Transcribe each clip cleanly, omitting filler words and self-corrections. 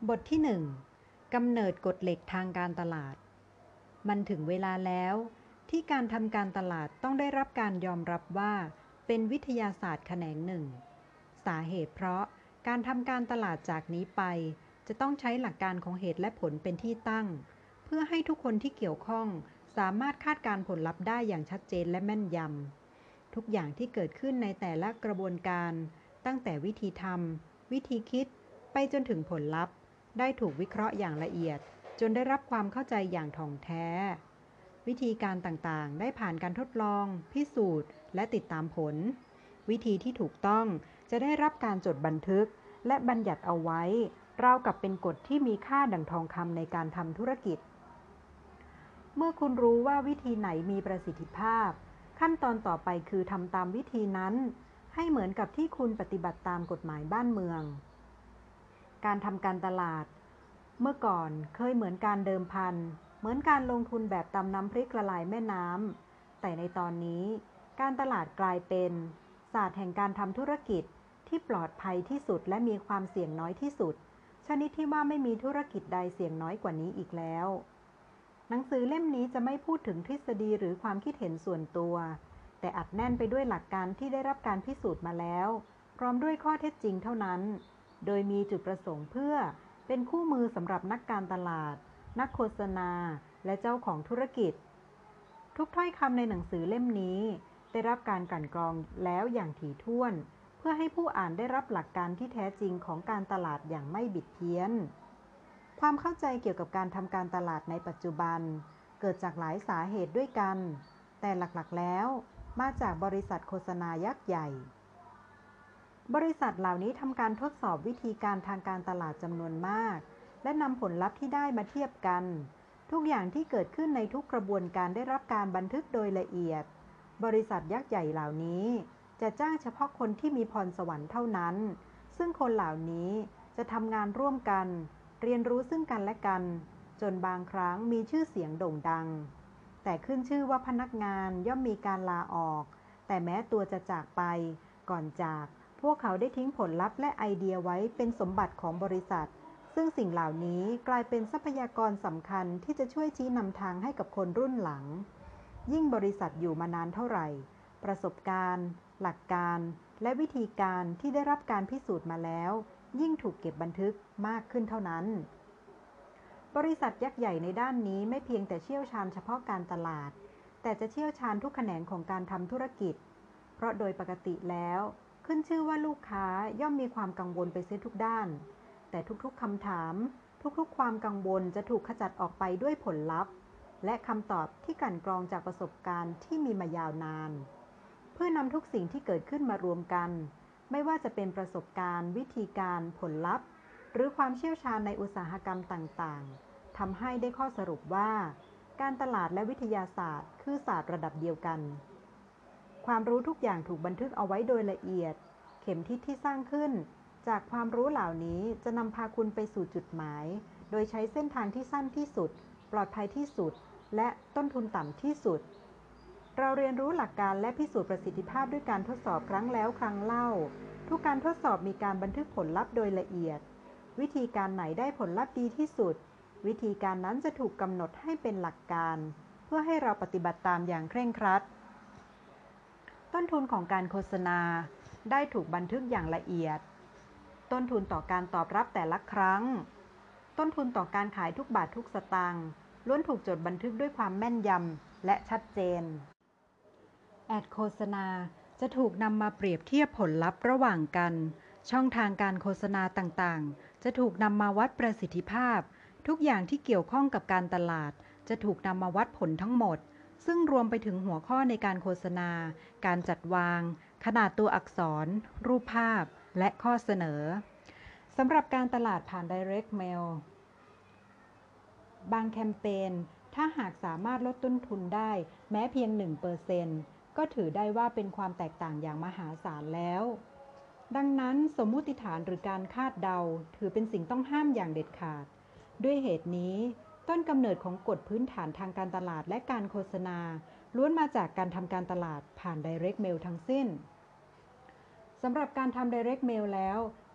บทที่ 1 กำเนิดกฎเหล็กทางการตลาดมันถึงเวลาแล้วที่การทำการตลาดต้องได้รับการยอมรับว่าเป็นวิทยาศาสตร์แขนงหนึ่งสาเหตุเพราะการทำการตลาดจากนี้ไปจะต้องใช้หลักการของเหตุและผลเป็นที่ตั้งเพื่อให้ทุกคนที่เกี่ยวข้องสามารถคาดการณ์ผลลัพธ์ได้อย่างชัดเจนและแม่นยำทุกอย่างที่เกิดขึ้นในแต่ละกระบวนการตั้งแต่วิธีทำวิธีคิดไปจนถึงผลลัพธ์ได้ถูกวิเคราะห์อย่างละเอียดจนได้รับความเข้าใจอย่างถ่องแท้วิธีการต่างๆได้ผ่านการทดลองพิสูจน์และติดตามผลวิธีที่ถูกต้องจะได้รับการจดบันทึกและบัญญัติเอาไว้ราวกับเป็นกฎที่มีค่าดั่งทองคำในการทำธุรกิจเมื่อคุณรู้ว่าวิธีไหนมีประสิทธิภาพขั้นตอนต่อไปคือทำตามวิธีนั้นให้เหมือนกับที่คุณปฏิบัติตามกฎหมายบ้านเมืองการทำการตลาดเมื่อก่อนเคยเหมือนการเดิมพันเหมือนการลงทุนแบบตำน้ำพริกละลายแม่น้ำแต่ในตอนนี้การตลาดกลายเป็นศาสตร์แห่งการทำธุรกิจที่ปลอดภัยที่สุดและมีความเสี่ยงน้อยที่สุดชนิดที่ว่าไม่มีธุรกิจใดเสี่ยงน้อยกว่านี้อีกแล้วหนังสือเล่มนี้จะไม่พูดถึงทฤษฎีหรือความคิดเห็นส่วนตัวแต่อัดแน่นไปด้วยหลักการที่ได้รับการพิสูจน์มาแล้วพร้อมด้วยข้อเท็จจริงเท่านั้นโดยมีจุดประสงค์เพื่อเป็นคู่มือสำหรับนักการตลาดนักโฆษณาและเจ้าของธุรกิจทุกถ้อยคำในหนังสือเล่มนี้ได้รับการกลั่นกรองแล้วอย่างถี่ถ้วนเพื่อให้ผู้อ่านได้รับหลักการที่แท้จริงของการตลาดอย่างไม่บิดเพี้ยนความเข้าใจเกี่ยวกับการทำการตลาดในปัจจุบันเกิดจากหลายสาเหตุด้วยกันแต่หลักๆแล้วมาจากบริษัทโฆษณายักษ์ใหญ่บริษัทเหล่านี้ทำการทดสอบวิธีการทางการตลาดจำนวนมากและนำผลลัพธ์ที่ได้มาเทียบกันทุกอย่างที่เกิดขึ้นในทุกกระบวนการได้รับการบันทึกโดยละเอียดบริษัทยักษ์ใหญ่เหล่านี้จะจ้างเฉพาะคนที่มีพรสวรรค์เท่านั้นซึ่งคนเหล่านี้จะทำงานร่วมกันเรียนรู้ซึ่งกันและกันจนบางครั้งมีชื่อเสียงโด่งดังแต่ขึ้นชื่อว่าพนักงานย่อมมีการลาออกแต่แม้ตัวจะจากไปก่อนจากพวกเขาได้ทิ้งผลลัพธ์และไอเดียไว้เป็นสมบัติของบริษัทซึ่งสิ่งเหล่านี้กลายเป็นทรัพยากรสำคัญที่จะช่วยชี้นำทางให้กับคนรุ่นหลังยิ่งบริษัทอยู่มานานเท่าไหร่ประสบการณ์หลักการและวิธีการที่ได้รับการพิสูจน์มาแล้วยิ่งถูกเก็บบันทึกมากขึ้นเท่านั้นบริษัทยักษ์ใหญ่ในด้านนี้ไม่เพียงแต่เชี่ยวชาญเฉพาะการตลาดแต่จะเชี่ยวชาญทุกแขนงของการทำธุรกิจเพราะโดยปกติแล้วขึ้นชื่อว่าลูกค้าย่อมมีความกังวลไปเสียทุกด้านแต่ทุกๆคำถามทุกๆความกังวลจะถูกขจัดออกไปด้วยผลลัพธ์และคำตอบที่กลั่นกรองจากประสบการณ์ที่มีมายาวนานเพื่อนำทุกสิ่งที่เกิดขึ้นมารวมกันไม่ว่าจะเป็นประสบการณ์วิธีการผลลัพธ์หรือความเชี่ยวชาญในอุตสาหกรรมต่างๆทำให้ได้ข้อสรุปว่าการตลาดและวิทยาศาสตร์คือศาสตร์ระดับเดียวกันความรู้ทุกอย่างถูกบันทึกเอาไว้โดยละเอียดเข็มทิศที่สร้างขึ้นจากความรู้เหล่านี้จะนำพาคุณไปสู่จุดหมายโดยใช้เส้นทางที่สั้นที่สุดปลอดภัยที่สุดและต้นทุนต่ำที่สุดเราเรียนรู้หลักการและพิสูจน์ประสิทธิภาพด้วยการทดสอบครั้งแล้วครั้งเล่าทุกการทดสอบมีการบันทึกผลลัพธ์โดยละเอียดวิธีการไหนได้ผลลัพธ์ดีที่สุดวิธีการนั้นจะถูกกำหนดให้เป็นหลักการเพื่อให้เราปฏิบัติตามอย่างเคร่งครัดต้นทุนของการโฆษณาได้ถูกบันทึกอย่างละเอียดต้นทุนต่อการตอบรับแต่ละครั้งต้นทุนต่อการขายทุกบาททุกสตางค์ล้วนถูกจดบันทึกด้วยความแม่นยำและชัดเจนแอดโฆษณาจะถูกนำมาเปรียบเทียบผลลัพธ์ระหว่างกันช่องทางการโฆษณาต่างๆจะถูกนำมาวัดประสิทธิภาพทุกอย่างที่เกี่ยวข้องกับการตลาดจะถูกนำมาวัดผลทั้งหมดซึ่งรวมไปถึงหัวข้อในการโฆษณาการจัดวางขนาดตัวอักษรรูปภาพและข้อเสนอสำหรับการตลาดผ่าน Direct Mail บางแคมเปญถ้าหากสามารถลดต้นทุนได้แม้เพียง 1% ก็ถือได้ว่าเป็นความแตกต่างอย่างมหาศาลแล้วดังนั้นสมมุติฐานหรือการคาดเดาถือเป็นสิ่งต้องห้ามอย่างเด็ดขาดด้วยเหตุนี้ต้นกำเนิดของกฎพื้นฐานทางการตลาดและการโฆษณาล้วนมาจากการทำการตลาดผ่าน Direct Mail ทั้งสิ้นสำหรับการทำ Direct Mail แล้ว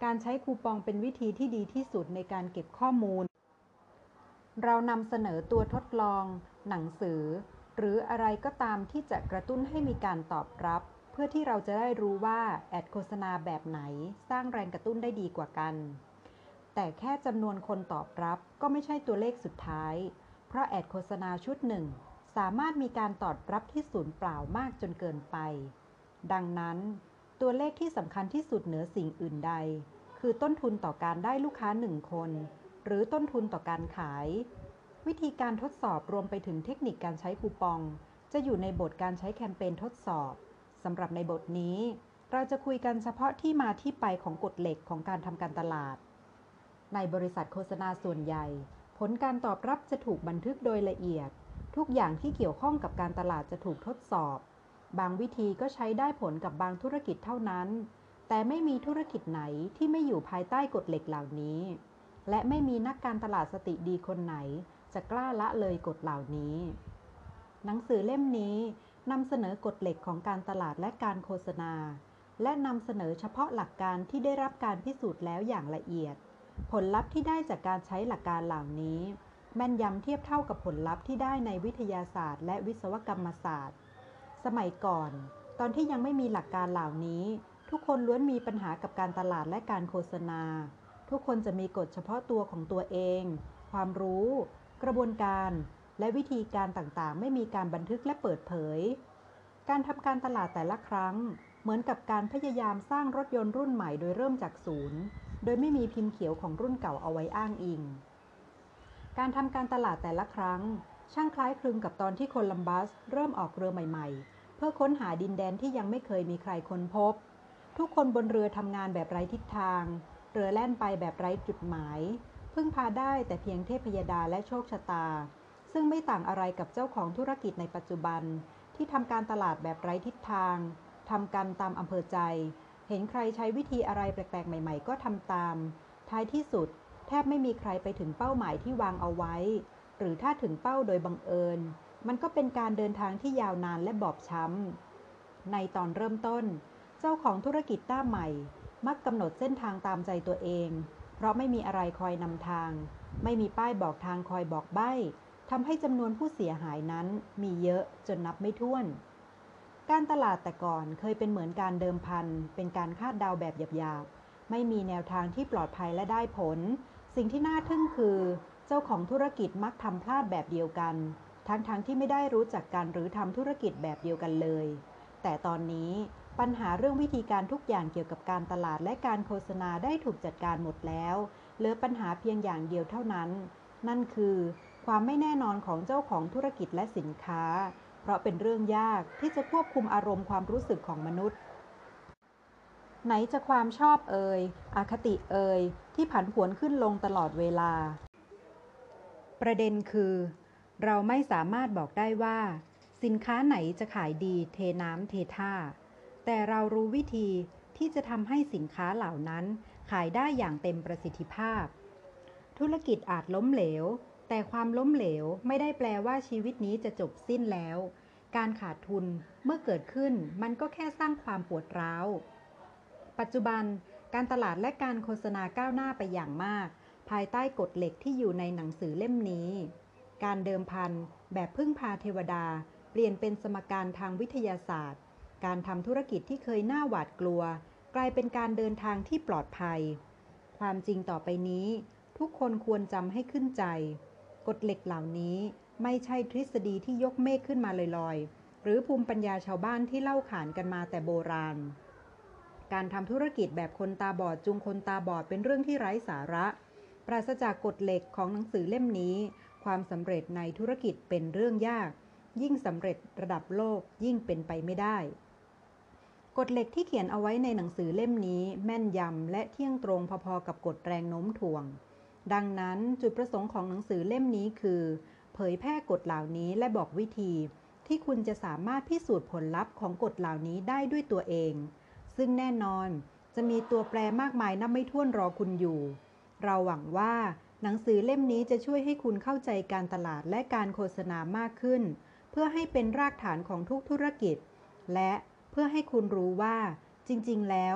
การใช้คูปองเป็นวิธีที่ดีที่สุดในการเก็บข้อมูลเรานำเสนอตัวทดลอง หนังสือ หรืออะไรก็ตามที่จะกระตุ้นให้มีการตอบรับ เพื่อที่เราจะได้รู้ว่าแอดโฆษณาแบบไหนสร้างแรงกระตุ้นได้ดีกว่ากัน แต่แค่จำนวนคนตอบรับก็ไม่ใช่ตัวเลขสุดท้าย เพราะแอดโฆษณาชุดหนึ่งสามารถมีการตอบรับที่สูญเปล่ามากจนเกินไป ดังนั้นตัวเลขที่สำคัญที่สุดเหนือสิ่งอื่นใดคือต้นทุนต่อการได้ลูกค้า1 คนหรือต้นทุนต่อการขายวิธีการทดสอบรวมไปถึงเทคนิคการใช้คูปองจะอยู่ในบทการใช้แคมเปญทดสอบสำหรับในบทนี้เราจะคุยกันเฉพาะที่มาที่ไปของกฎเหล็กของการทำการตลาดในบริษัทโฆษณาส่วนใหญ่ผลการตอบรับจะถูกบันทึกโดยละเอียดทุกอย่างที่เกี่ยวข้องกับการตลาดจะถูกทดสอบบางวิธีก็ใช้ได้ผลกับบางธุรกิจเท่านั้นแต่ไม่มีธุรกิจไหนที่ไม่อยู่ภายใต้กฎเหล็กเหล่านี้และไม่มีนักการตลาดสติดีคนไหนจะกล้าละเลยกฎเหล่านี้หนังสือเล่มนี้นำเสนอกฎเหล็กของการตลาดและการโฆษณาและนำเสนอเฉพาะหลักการที่ได้รับการพิสูจน์แล้วอย่างละเอียดผลลัพธ์ที่ได้จากการใช้หลักการเหล่านี้แม่นยำเทียบเท่ากับผลลัพธ์ที่ได้ในวิทยาศาสตร์และวิศวกรรมศาสตร์สมัยก่อนตอนที่ยังไม่มีหลักการเหล่านี้ทุกคนล้วนมีปัญหากับการตลาดและการโฆษณาทุกคนจะมีกฎเฉพาะตัวของตัวเองความรู้กระบวนการและวิธีการต่างๆไม่มีการบันทึกและเปิดเผยการทำการตลาดแต่ละครั้งเหมือนกับการพยายามสร้างรถยนต์รุ่นใหม่โดยเริ่มจากศูนย์โดยไม่มีพิมพ์เขียวของรุ่นเก่าเอาไว้อ้างอิงการทำการตลาดแต่ละครั้งช่างคล้ายคลึงกับตอนที่โคลัมบัสเริ่มออกเรือใหม่ๆเพื่อค้นหาดินแดนที่ยังไม่เคยมีใครค้นพบทุกคนบนเรือทำงานแบบไร้ทิศทางเรือแล่นไปแบบไร้จุดหมายพึ่งพาได้แต่เพียงเทพยดาและโชคชะตาซึ่งไม่ต่างอะไรกับเจ้าของธุรกิจในปัจจุบันที่ทำการตลาดแบบไร้ทิศทางทำกันตามอำเภอใจเห็นใครใช้วิธีอะไรแปลกๆใหม่ๆก็ทำตามท้ายที่สุดแทบไม่มีใครไปถึงเป้าหมายที่วางเอาไว้หรือถ้าถึงเป้าโดยบังเอิญมันก็เป็นการเดินทางที่ยาวนานและบอบช้ำในตอนเริ่มต้นเจ้าของธุรกิจหน้าใหม่มักกำหนดเส้นทางตามใจตัวเองเพราะไม่มีอะไรคอยนำทางไม่มีป้ายบอกทางคอยบอกใบ้ทำให้จำนวนผู้เสียหายนั้นมีเยอะจนนับไม่ถ้วนการตลาดแต่ก่อนเคยเป็นเหมือนการเดิมพันเป็นการคาดเดาแบบหยาบๆไม่มีแนวทางที่ปลอดภัยและได้ผลสิ่งที่น่าทึ่งคือเจ้าของธุรกิจมักทำพลาดแบบเดียวกันทั้งที่ไม่ได้รู้จักกันหรือทำธุรกิจแบบเดียวกันเลยแต่ตอนนี้ปัญหาเรื่องวิธีการทุกอย่างเกี่ยวกับการตลาดและการโฆษณาได้ถูกจัดการหมดแล้วเหลือปัญหาเพียงอย่างเดียวเท่านั้นนั่นคือความไม่แน่นอนของเจ้าของธุรกิจและสินค้าเพราะเป็นเรื่องยากที่จะควบคุมอารมณ์ความรู้สึกของมนุษย์ไหนจะความชอบอคติที่ผันผวนขึ้นลงตลอดเวลาประเด็นคือเราไม่สามารถบอกได้ว่าสินค้าไหนจะขายดีเทน้ำเทท่าแต่เรารู้วิธีที่จะทำให้สินค้าเหล่านั้นขายได้อย่างเต็มประสิทธิภาพธุรกิจอาจล้มเหลวแต่ความล้มเหลวไม่ได้แปลว่าชีวิตนี้จะจบสิ้นแล้วการขาดทุนเมื่อเกิดขึ้นมันก็แค่สร้างความปวดร้าวปัจจุบันการตลาดและการโฆษณาก้าวหน้าไปอย่างมากภายใต้กฎเหล็กที่อยู่ในหนังสือเล่มนี้การเดิมพันแบบพึ่งพาเทวดาเปลี่ยนเป็นสมการทางวิทยาศาสตร์การทำธุรกิจที่เคยน่าหวาดกลัวกลายเป็นการเดินทางที่ปลอดภัยความจริงต่อไปนี้ทุกคนควรจำให้ขึ้นใจกฎเหล็กเหล่านี้ไม่ใช่ทฤษฎีที่ยกเมฆขึ้นมาลอยๆหรือภูมิปัญญาชาวบ้านที่เล่าขานกันมาแต่โบราณการทำธุรกิจแบบคนตาบอดจูงคนตาบอดเป็นเรื่องที่ไร้สาระปราศจากกฎเหล็กของหนังสือเล่มนี้ความสำเร็จในธุรกิจเป็นเรื่องยากยิ่งสำเร็จระดับโลกยิ่งเป็นไปไม่ได้กฎเหล็กที่เขียนเอาไว้ในหนังสือเล่มนี้แม่นยำและเที่ยงตรงพอๆกับกฎแรงโน้มถ่วงดังนั้นจุดประสงค์ของหนังสือเล่มนี้คือเผยแพร่กฎเหล่านี้และบอกวิธีที่คุณจะสามารถพิสูจน์ผลลัพธ์ของกฎเหล่านี้ได้ด้วยตัวเองซึ่งแน่นอนจะมีตัวแปรมากมายนับไม่ถ้วนรอคุณอยู่เราหวังว่าหนังสือเล่มนี้จะช่วยให้คุณเข้าใจการตลาดและการโฆษณามากขึ้นเพื่อให้เป็นรากฐานของทุกธุรกิจและเพื่อให้คุณรู้ว่าจริงๆแล้ว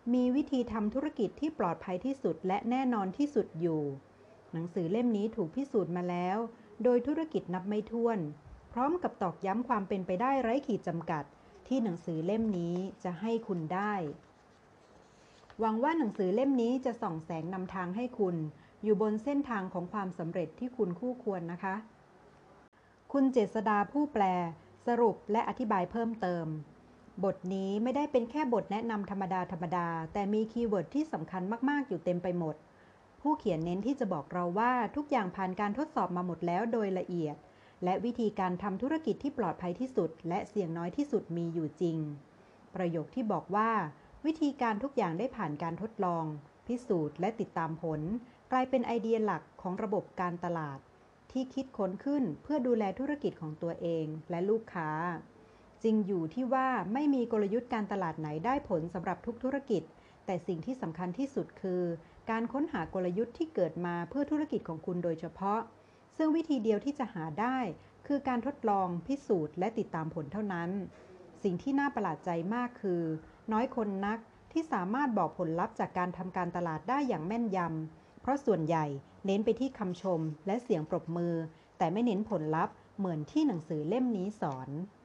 มีวิธีทำธุรกิจที่ปลอดภัยที่สุดและแน่นอนที่สุดอยู่ หนังสือเล่มนี้ถูกพิสูจน์มาแล้วโดยธุรกิจนับไม่ถ้วนพร้อมกับตอกย้ำความเป็นไปได้ไร้ขีดจำกัดที่หนังสือเล่มนี้จะให้คุณได้หวังว่าหนังสือเล่มนี้จะส่องแสงนำทางให้คุณอยู่บนเส้นทางของความสำเร็จที่คุณคู่ควรนะคะคุณเจษฎาผู้แปลสรุปและอธิบายเพิ่มเติมบทนี้ไม่ได้เป็นแค่บทแนะนำธรรมดาแต่มีคีย์เวิร์ดที่สำคัญมากๆอยู่เต็มไปหมดผู้เขียนเน้นที่จะบอกเราว่าทุกอย่างผ่านการทดสอบมาหมดแล้วโดยละเอียดและวิธีการทำธุรกิจที่ปลอดภัยที่สุดและเสี่ยงน้อยที่สุดมีอยู่จริงประโยคที่บอกว่าวิธีการทุกอย่างได้ผ่านการทดลองพิสูจน์และติดตามผลกลายเป็นไอเดียหลักของระบบการตลาดที่คิดค้นขึ้นเพื่อดูแลธุรกิจของตัวเองและลูกค้าจริงอยู่ที่ว่าไม่มีกลยุทธ์การตลาดไหนได้ผลสำหรับทุกธุรกิจแต่สิ่งที่สำคัญที่สุดคือการค้นหากลยุทธ์ที่เกิดมาเพื่อธุรกิจของคุณโดยเฉพาะซึ่งวิธีเดียวที่จะหาได้คือการทดลองพิสูจน์และติดตามผลเท่านั้นสิ่งที่น่าประหลาดใจมากคือน้อยคนนักที่สามารถบอกผลลัพธ์จากการทำการตลาดได้อย่างแม่นยำเพราะส่วนใหญ่เน้นไปที่คำชมและเสียงปรบมือแต่ไม่เน้นผลลัพธ์เหมือนที่หนังสือเล่มนี้สอน